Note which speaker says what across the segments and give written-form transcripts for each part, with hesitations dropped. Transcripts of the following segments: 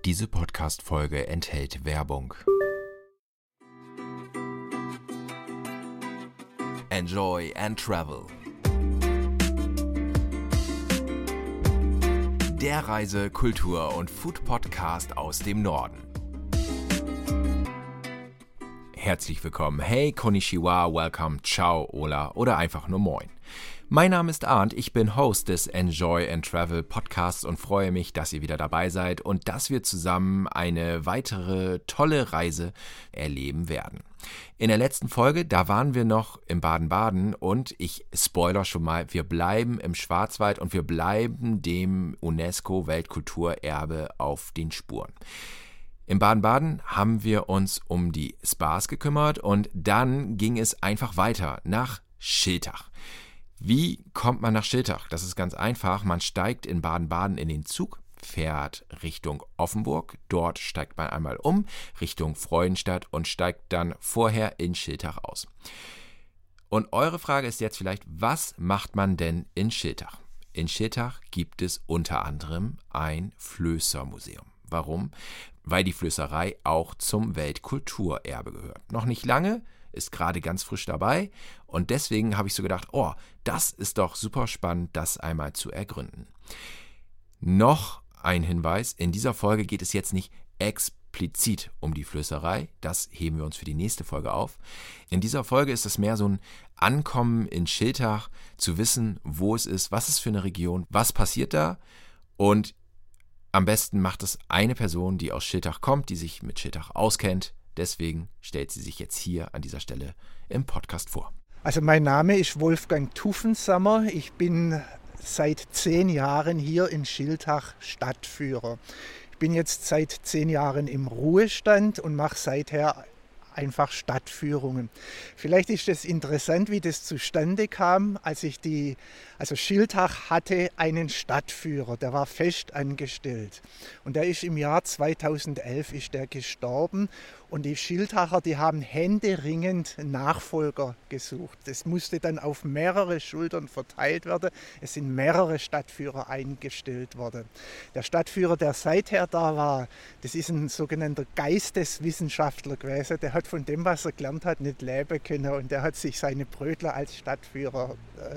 Speaker 1: Diese Podcast-Folge enthält Werbung. Enjoy and Travel. Der Reise-, Kultur- und Food-Podcast aus dem Norden. Herzlich willkommen, hey, konnichiwa, welcome, ciao, hola oder einfach nur moin. Mein Name ist Arndt, ich bin Host des Enjoy and Travel Podcasts und freue mich, dass ihr wieder dabei seid und dass wir zusammen eine weitere tolle Reise erleben werden. In der letzten Folge, da waren wir noch in Baden-Baden und ich spoiler schon mal, wir bleiben im Schwarzwald und wir bleiben dem UNESCO-Weltkulturerbe auf den Spuren. In Baden-Baden haben wir uns um die Spas gekümmert und dann ging es einfach weiter nach Schiltach. Wie kommt man nach Schiltach? Das ist ganz einfach. Man steigt in Baden-Baden in den Zug, fährt Richtung Offenburg. Dort steigt man einmal um, Richtung Freudenstadt und steigt dann vorher in Schiltach aus. Und eure Frage ist jetzt vielleicht, was macht man denn in Schiltach? In Schiltach gibt es unter anderem ein Flößermuseum. Warum? Weil die Flößerei auch zum Weltkulturerbe gehört. Noch nicht lange, ist gerade ganz frisch dabei und deswegen habe ich so gedacht, oh, das ist doch super spannend, das einmal zu ergründen. Noch ein Hinweis, in dieser Folge geht es jetzt nicht explizit um die Flößerei, das heben wir uns für die nächste Folge auf. In dieser Folge ist es mehr so ein Ankommen in Schiltach, zu wissen, wo es ist, was ist für eine Region, was passiert da und am besten macht es eine Person, die aus Schiltach kommt, die sich mit Schiltach auskennt. Deswegen stellt sie sich jetzt hier an dieser Stelle im Podcast vor.
Speaker 2: Also mein Name ist Wolfgang Tuffensammer. Ich bin seit 10 Jahren hier in Schiltach Stadtführer. Ich bin jetzt seit 10 Jahren im Ruhestand und mache seither einfach Stadtführungen. Vielleicht ist es interessant, wie das zustande kam, also Schiltach hatte einen Stadtführer, der war fest angestellt und der ist im Jahr 2011 ist der gestorben und die Schiltacher, die haben händeringend Nachfolger gesucht. Das musste dann auf mehrere Schultern verteilt werden. Es sind mehrere Stadtführer eingestellt worden. Der Stadtführer, der seither da war, das ist ein sogenannter Geisteswissenschaftler gewesen, der hat von dem, was er gelernt hat, nicht leben können und der hat sich seine Brötler als Stadtführer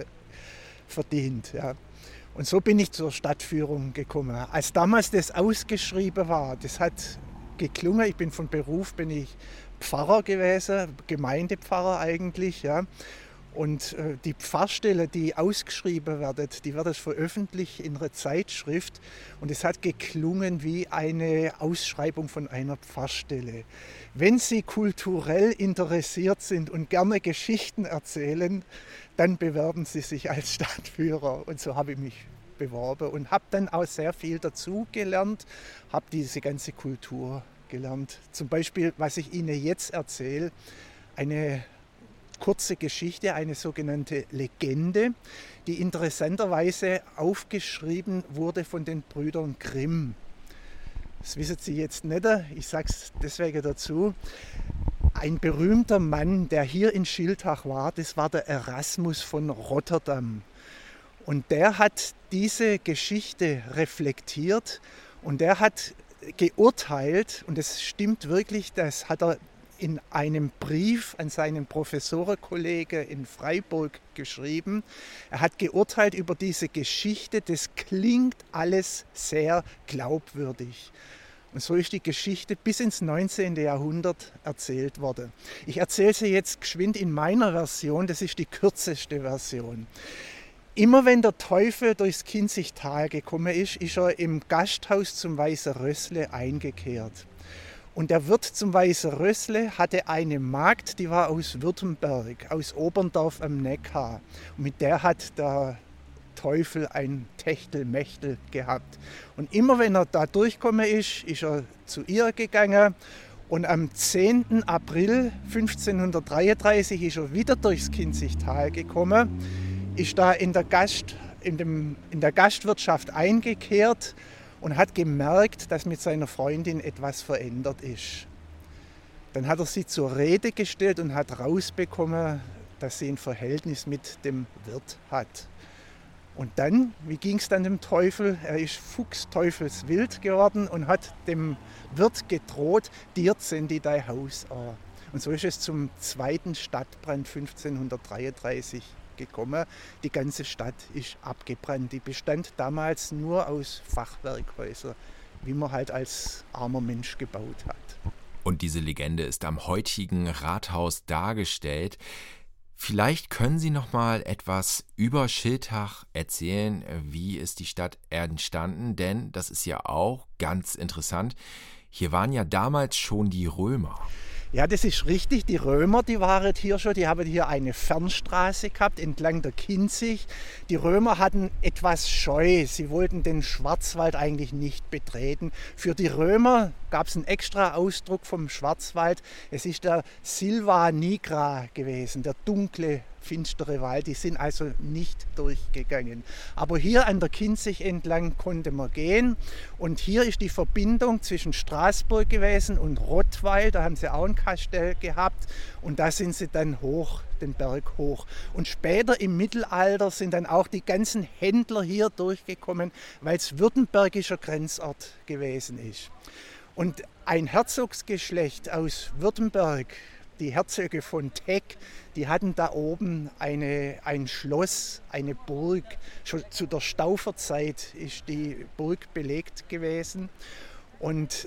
Speaker 2: verdient. Ja. Und so bin ich zur Stadtführung gekommen. Als damals das ausgeschrieben war, das hat geklungen, ich bin von Beruf, bin ich Pfarrer gewesen, Gemeindepfarrer eigentlich, ja. Und die Pfarrstelle, die ausgeschrieben wird, die wird veröffentlicht in einer Zeitschrift und es hat geklungen wie eine Ausschreibung von einer Pfarrstelle. Wenn Sie kulturell interessiert sind und gerne Geschichten erzählen, dann bewerben Sie sich als Stadtführer. Und so habe ich mich beworben und habe dann auch sehr viel dazu gelernt, habe diese ganze Kultur gelernt. Zum Beispiel, was ich Ihnen jetzt erzähle, eine kurze Geschichte, eine sogenannte Legende, die interessanterweise aufgeschrieben wurde von den Brüdern Grimm. Das wissen Sie jetzt nicht, ich sage es deswegen dazu. Ein berühmter Mann, der hier in Schiltach war, das war der Erasmus von Rotterdam. Und der hat diese Geschichte reflektiert und der hat geurteilt, und es stimmt wirklich, das hat er in einem Brief an seinen Professorenkollegen in Freiburg geschrieben. Er hat geurteilt über diese Geschichte, das klingt alles sehr glaubwürdig. Und so ist die Geschichte bis ins 19. Jahrhundert erzählt worden. Ich erzähle sie jetzt geschwind in meiner Version, das ist die kürzeste Version. Immer wenn der Teufel durchs Kinzigtal gekommen ist, ist er im Gasthaus zum Weißer Rössle eingekehrt. Und der Wirt zum Weißer Rössle hatte eine Magd, die war aus Württemberg, aus Oberndorf am Neckar. Und mit der hat der Teufel ein Techtelmechtel gehabt. Und immer wenn er da durchgekommen ist, ist er zu ihr gegangen. Und am 10. April 1533 ist er wieder durchs Kinzigtal gekommen, ist da in der Gastwirtschaft eingekehrt und hat gemerkt, dass mit seiner Freundin etwas verändert ist. Dann hat er sie zur Rede gestellt und hat rausbekommen, dass sie ein Verhältnis mit dem Wirt hat. Und dann, wie ging es dann dem Teufel? Er ist fuchsteufelswild geworden und hat dem Wirt gedroht, dir zünd ich dein Haus an. Und so ist es zum zweiten Stadtbrand 1533 gekommen. Die ganze Stadt ist abgebrannt. Die bestand damals nur aus Fachwerkhäusern, wie man halt als armer Mensch gebaut hat.
Speaker 1: Und diese Legende ist am heutigen Rathaus dargestellt. Vielleicht können Sie noch mal etwas über Schiltach erzählen. Wie ist die Stadt entstanden? Denn das ist ja auch ganz interessant. Hier waren ja damals schon die Römer.
Speaker 2: Ja, das ist richtig. Die Römer, die waren hier schon, die haben hier eine Fernstraße gehabt entlang der Kinzig. Die Römer hatten etwas Scheu. Sie wollten den Schwarzwald eigentlich nicht betreten. Für die Römer gab es einen extra Ausdruck vom Schwarzwald. Es ist der Silva Nigra gewesen, der dunkle, finstere Wald. Die sind also nicht durchgegangen. Aber hier an der Kinzig entlang konnte man gehen. Und hier ist die Verbindung zwischen Straßburg gewesen und Rottweil. Da haben sie auch ein Kastell gehabt. Und da sind sie dann hoch, den Berg hoch. Und später im Mittelalter sind dann auch die ganzen Händler hier durchgekommen, weil es württembergischer Grenzort gewesen ist. Und ein Herzogsgeschlecht aus Württemberg, die Herzöge von Teck, die hatten da oben ein Schloss, eine Burg. Schon zu der Stauferzeit ist die Burg belegt gewesen. Und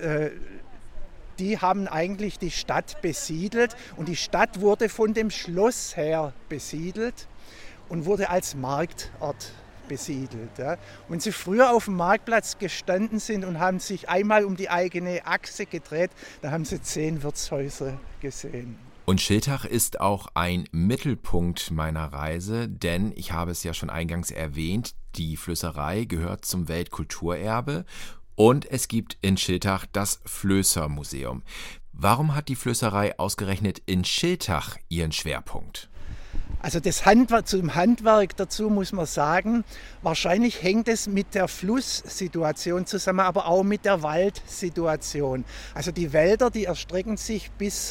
Speaker 2: die haben eigentlich die Stadt besiedelt. Und die Stadt wurde von dem Schloss her besiedelt und wurde als Marktort besiedelt. Ja. Und wenn Sie früher auf dem Marktplatz gestanden sind und haben sich einmal um die eigene Achse gedreht, da haben Sie 10 Wirtshäuser gesehen.
Speaker 1: Und Schiltach ist auch ein Mittelpunkt meiner Reise, denn ich habe es ja schon eingangs erwähnt, die Flößerei gehört zum Weltkulturerbe und es gibt in Schiltach das Flößermuseum. Warum hat die Flößerei ausgerechnet in Schiltach ihren Schwerpunkt?
Speaker 2: Also zum Handwerk dazu muss man sagen, wahrscheinlich hängt es mit der Flusssituation zusammen, aber auch mit der Waldsituation. Also die Wälder, die erstrecken sich bis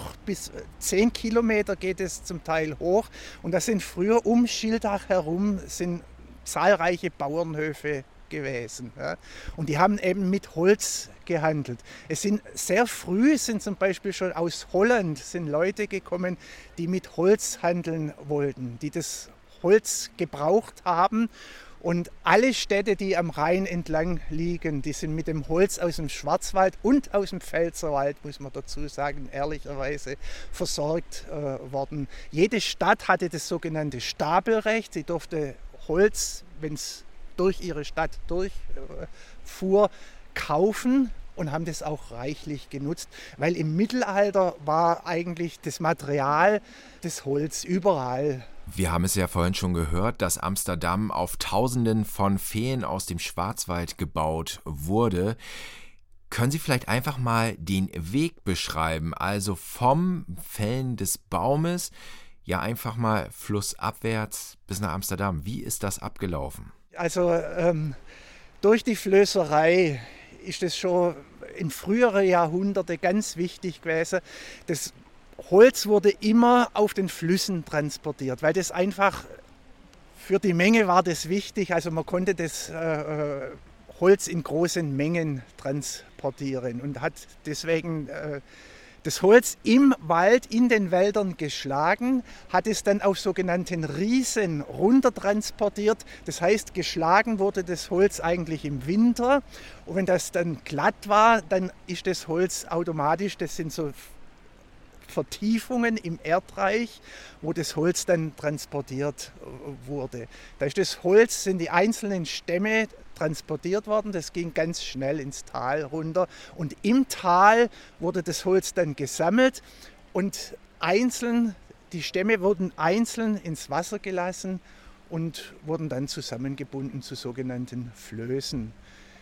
Speaker 2: 10 Kilometer geht es zum Teil hoch. Und das sind früher um Schiltach herum sind zahlreiche Bauernhöfe gewesen. Ja. Und die haben eben mit Holz gehandelt. Sind zum Beispiel schon aus Holland sind Leute gekommen, die mit Holz handeln wollten, die das Holz gebraucht haben. Und alle Städte, die am Rhein entlang liegen, die sind mit dem Holz aus dem Schwarzwald und aus dem Pfälzerwald, muss man dazu sagen, ehrlicherweise versorgt worden. Jede Stadt hatte das sogenannte Stapelrecht. Sie durfte Holz, wenn es durch ihre Stadt durchfuhr, kaufen und haben das auch reichlich genutzt, weil im Mittelalter war eigentlich das Material, das Holz überall.
Speaker 1: Wir haben es ja vorhin schon gehört, dass Amsterdam auf Tausenden von Feen aus dem Schwarzwald gebaut wurde. Können Sie vielleicht einfach mal den Weg beschreiben, also vom Fällen des Baumes, ja einfach mal flussabwärts bis nach Amsterdam. Wie ist das abgelaufen?
Speaker 2: Also durch die Flößerei ist es schon in früheren Jahrhunderten ganz wichtig gewesen. Das Holz wurde immer auf den Flüssen transportiert, weil das einfach für die Menge war das wichtig. Also man konnte das Holz in großen Mengen transportieren und hat deswegen das Holz im Wald, in den Wäldern geschlagen, hat es dann auf sogenannten Riesen runtertransportiert. Das heißt, geschlagen wurde das Holz eigentlich im Winter. Und wenn das dann glatt war, dann ist das Holz automatisch, das sind so Vertiefungen im Erdreich, wo das Holz dann transportiert wurde. Da ist das Holz, sind die einzelnen Stämme transportiert worden, das ging ganz schnell ins Tal runter und im Tal wurde das Holz dann gesammelt und die Stämme wurden einzeln ins Wasser gelassen und wurden dann zusammengebunden zu sogenannten Flößen.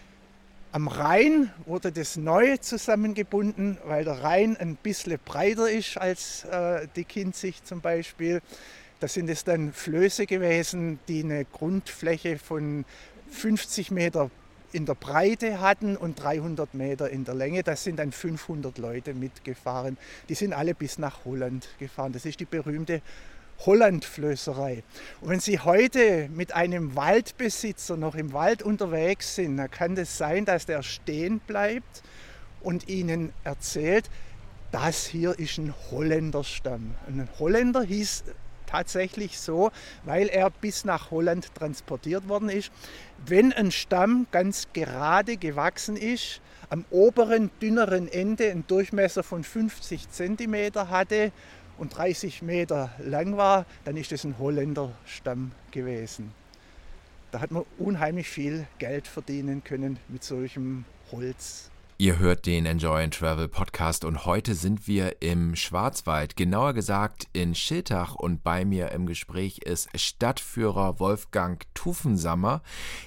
Speaker 2: Am Rhein wurde das neu zusammengebunden, weil der Rhein ein bisschen breiter ist als die Kinzig zum Beispiel. Da sind es dann Flöße gewesen, die eine Grundfläche von 50 Meter in der Breite hatten und 300 Meter in der Länge. Da sind dann 500 Leute mitgefahren. Die sind alle bis nach Holland gefahren. Das ist die berühmte Hollandflößerei. Und wenn Sie heute mit einem Waldbesitzer noch im Wald unterwegs sind, dann kann es sein, dass der stehen bleibt und Ihnen erzählt, das hier ist ein Holländerstamm. Ein Holländer hieß tatsächlich so, weil er bis nach Holland transportiert worden ist. Wenn ein Stamm ganz gerade gewachsen ist, am oberen, dünneren Ende einen Durchmesser von 50 cm hatte und 30 Meter lang war, dann ist es ein Holländerstamm gewesen. Da hat man unheimlich viel Geld verdienen können mit solchem Holz.
Speaker 1: Ihr hört den Enjoy and Travel Podcast und heute sind wir im Schwarzwald, genauer gesagt in Schiltach, und bei mir im Gespräch ist Stadtführer Wolfgang Tuffensammer,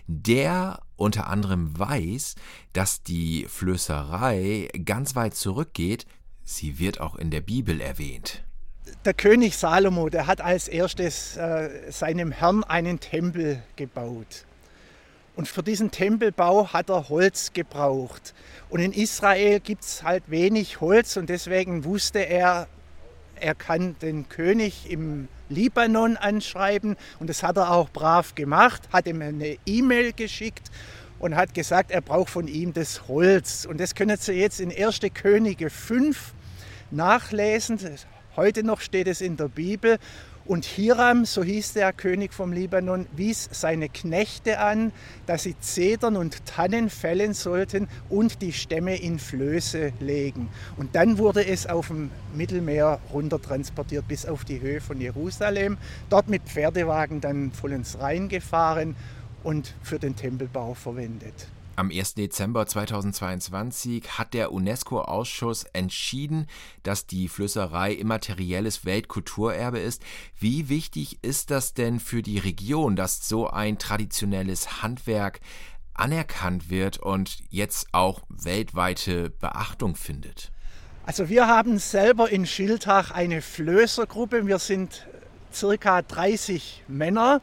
Speaker 1: der unter anderem weiß, dass die Flößerei ganz weit zurückgeht. Sie wird auch in der Bibel erwähnt.
Speaker 2: Der König Salomo, der hat als erstes seinem Herrn einen Tempel gebaut. Und für diesen Tempelbau hat er Holz gebraucht. Und in Israel gibt es halt wenig Holz und deswegen wusste er, er kann den König im Libanon anschreiben. Und das hat er auch brav gemacht, hat ihm eine E-Mail geschickt und hat gesagt, er braucht von ihm das Holz. Und das können Sie jetzt in 1. Könige 5 nachlesen. Heute noch steht es in der Bibel. Und Hiram, so hieß der König vom Libanon, wies seine Knechte an, dass sie Zedern und Tannen fällen sollten und die Stämme in Flöße legen. Und dann wurde es auf dem Mittelmeer runtertransportiert bis auf die Höhe von Jerusalem, dort mit Pferdewagen dann vollends reingefahren und für den Tempelbau verwendet.
Speaker 1: Am 1. Dezember 2022 hat der UNESCO-Ausschuss entschieden, dass die Flößerei immaterielles Weltkulturerbe ist. Wie wichtig ist das denn für die Region, dass so ein traditionelles Handwerk anerkannt wird und jetzt auch weltweite Beachtung findet?
Speaker 2: Also wir haben selber in Schiltach eine Flößergruppe. Wir sind circa 30 Männer.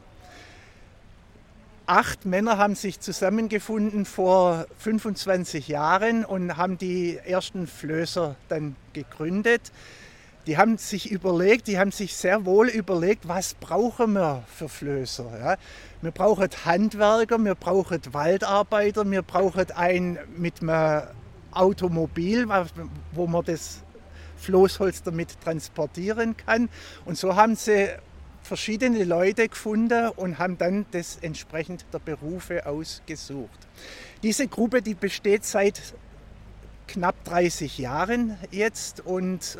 Speaker 2: 8 Männer haben sich zusammengefunden vor 25 Jahren und haben die ersten Flößer dann gegründet. Die haben sich sehr wohl überlegt, was brauchen wir für Flößer. Ja? Wir brauchen Handwerker, wir brauchen Waldarbeiter, wir brauchen einen mit einem Automobil, wo man das Floßholz damit transportieren kann. Und so haben sie verschiedene Leute gefunden und haben dann das entsprechend der Berufe ausgesucht. Diese Gruppe, die besteht seit knapp 30 Jahren jetzt und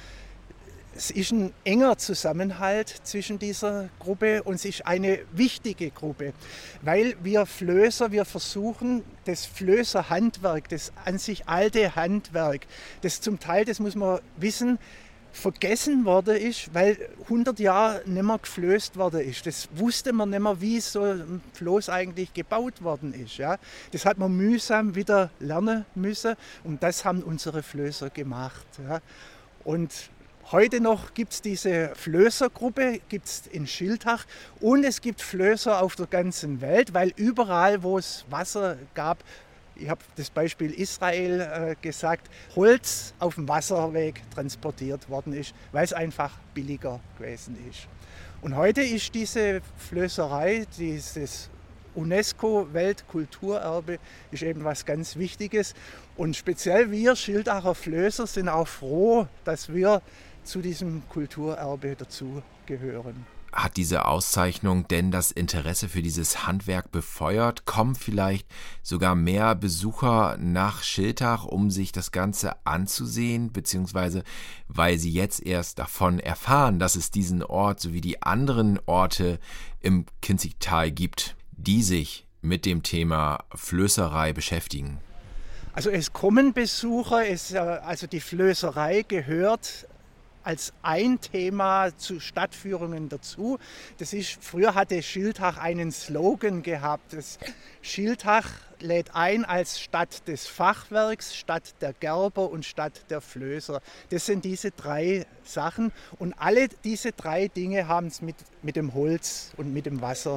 Speaker 2: es ist ein enger Zusammenhalt zwischen dieser Gruppe und es ist eine wichtige Gruppe, weil wir Flößer, wir versuchen das Flößerhandwerk, das an sich alte Handwerk, das zum Teil, das muss man wissen, vergessen worden ist, weil 100 Jahre nicht mehr geflößt worden ist. Das wusste man nicht mehr, wie so ein Floß eigentlich gebaut worden ist. Ja. Das hat man mühsam wieder lernen müssen und das haben unsere Flößer gemacht. Ja. Und heute noch gibt es diese Flößergruppe, gibt's in Schiltach und es gibt Flößer auf der ganzen Welt, weil überall, wo es Wasser gab, ich habe das Beispiel Israel gesagt, Holz auf dem Wasserweg transportiert worden ist, weil es einfach billiger gewesen ist. Und heute ist diese Flößerei, dieses UNESCO-Weltkulturerbe, ist eben was ganz Wichtiges. Und speziell wir Schiltacher Flößer sind auch froh, dass wir zu diesem Kulturerbe dazugehören.
Speaker 1: Hat diese Auszeichnung denn das Interesse für dieses Handwerk befeuert? Kommen vielleicht sogar mehr Besucher nach Schiltach, um sich das Ganze anzusehen, beziehungsweise weil sie jetzt erst davon erfahren, dass es diesen Ort sowie die anderen Orte im Kinzigtal gibt, die sich mit dem Thema Flößerei beschäftigen?
Speaker 2: Also es kommen Besucher, also die Flößerei gehört als ein Thema zu Stadtführungen dazu. Früher hatte Schiltach einen Slogan gehabt. Schiltach lädt ein als Stadt des Fachwerks, Stadt der Gerber und Stadt der Flößer. Das sind diese 3 Sachen und alle diese 3 Dinge haben es mit dem Holz und mit dem Wasser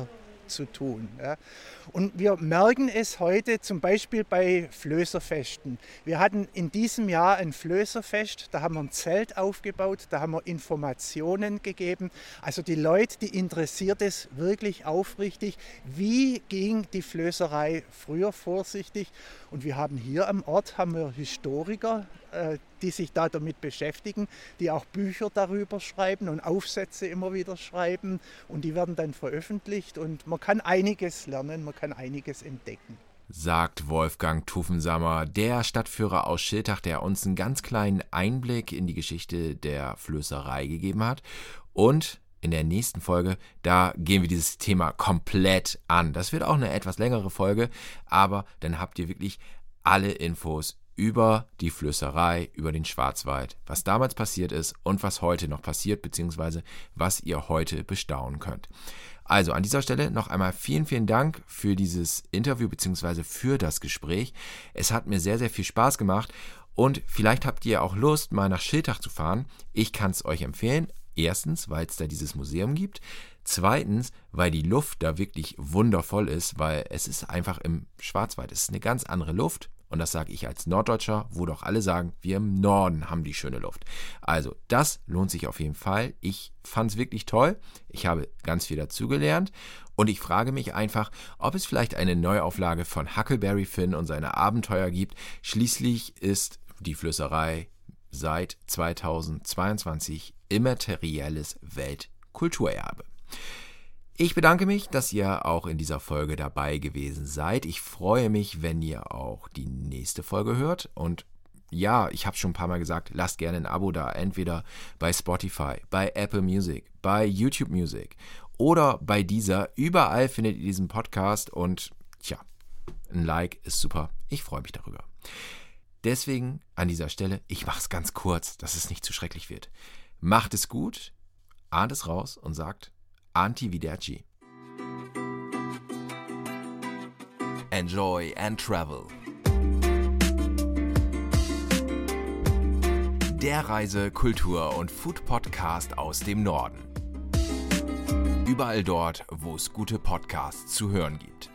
Speaker 2: zu tun. Ja. Und wir merken es heute zum Beispiel bei Flößerfesten. Wir hatten in diesem Jahr ein Flößerfest, da haben wir ein Zelt aufgebaut, da haben wir Informationen gegeben. Also die Leute, die interessiert es wirklich aufrichtig, wie ging die Flößerei früher vorsichtig. Und wir haben hier am Ort Historiker, die sich da damit beschäftigen, die auch Bücher darüber schreiben und Aufsätze immer wieder schreiben und die werden dann veröffentlicht und man kann einiges lernen, man kann einiges entdecken.
Speaker 1: Sagt Wolfgang Tuffensammer, der Stadtführer aus Schiltach, der uns einen ganz kleinen Einblick in die Geschichte der Flößerei gegeben hat. Und in der nächsten Folge, da gehen wir dieses Thema komplett an. Das wird auch eine etwas längere Folge, aber dann habt ihr wirklich alle Infos über die Flößerei, über den Schwarzwald, was damals passiert ist und was heute noch passiert, beziehungsweise was ihr heute bestaunen könnt. Also an dieser Stelle noch einmal vielen, vielen Dank für dieses Interview, beziehungsweise für das Gespräch. Es hat mir sehr, sehr viel Spaß gemacht und vielleicht habt ihr auch Lust, mal nach Schiltach zu fahren. Ich kann es euch empfehlen. Erstens, weil es da dieses Museum gibt. Zweitens, weil die Luft da wirklich wundervoll ist, weil es ist einfach im Schwarzwald. Es ist eine ganz andere Luft. Und das sage ich als Norddeutscher, wo doch alle sagen, wir im Norden haben die schöne Luft. Also das lohnt sich auf jeden Fall. Ich fand es wirklich toll. Ich habe ganz viel dazugelernt. Und ich frage mich einfach, ob es vielleicht eine Neuauflage von Huckleberry Finn und seine Abenteuer gibt. Schließlich ist die Flößerei seit 2022 immaterielles Weltkulturerbe. Ich bedanke mich, dass ihr auch in dieser Folge dabei gewesen seid. Ich freue mich, wenn ihr auch die nächste Folge hört. Und ja, ich habe schon ein paar Mal gesagt, lasst gerne ein Abo da. Entweder bei Spotify, bei Apple Music, bei YouTube Music oder bei Deezer. Überall findet ihr diesen Podcast und tja, ein Like ist super. Ich freue mich darüber. Deswegen an dieser Stelle, ich mache es ganz kurz, dass es nicht zu schrecklich wird. Macht es gut, ahnt es raus und sagt Arrivederci. Enjoy and Travel. Der Reise-, Kultur- und Food-Podcast aus dem Norden. Überall dort, wo es gute Podcasts zu hören gibt.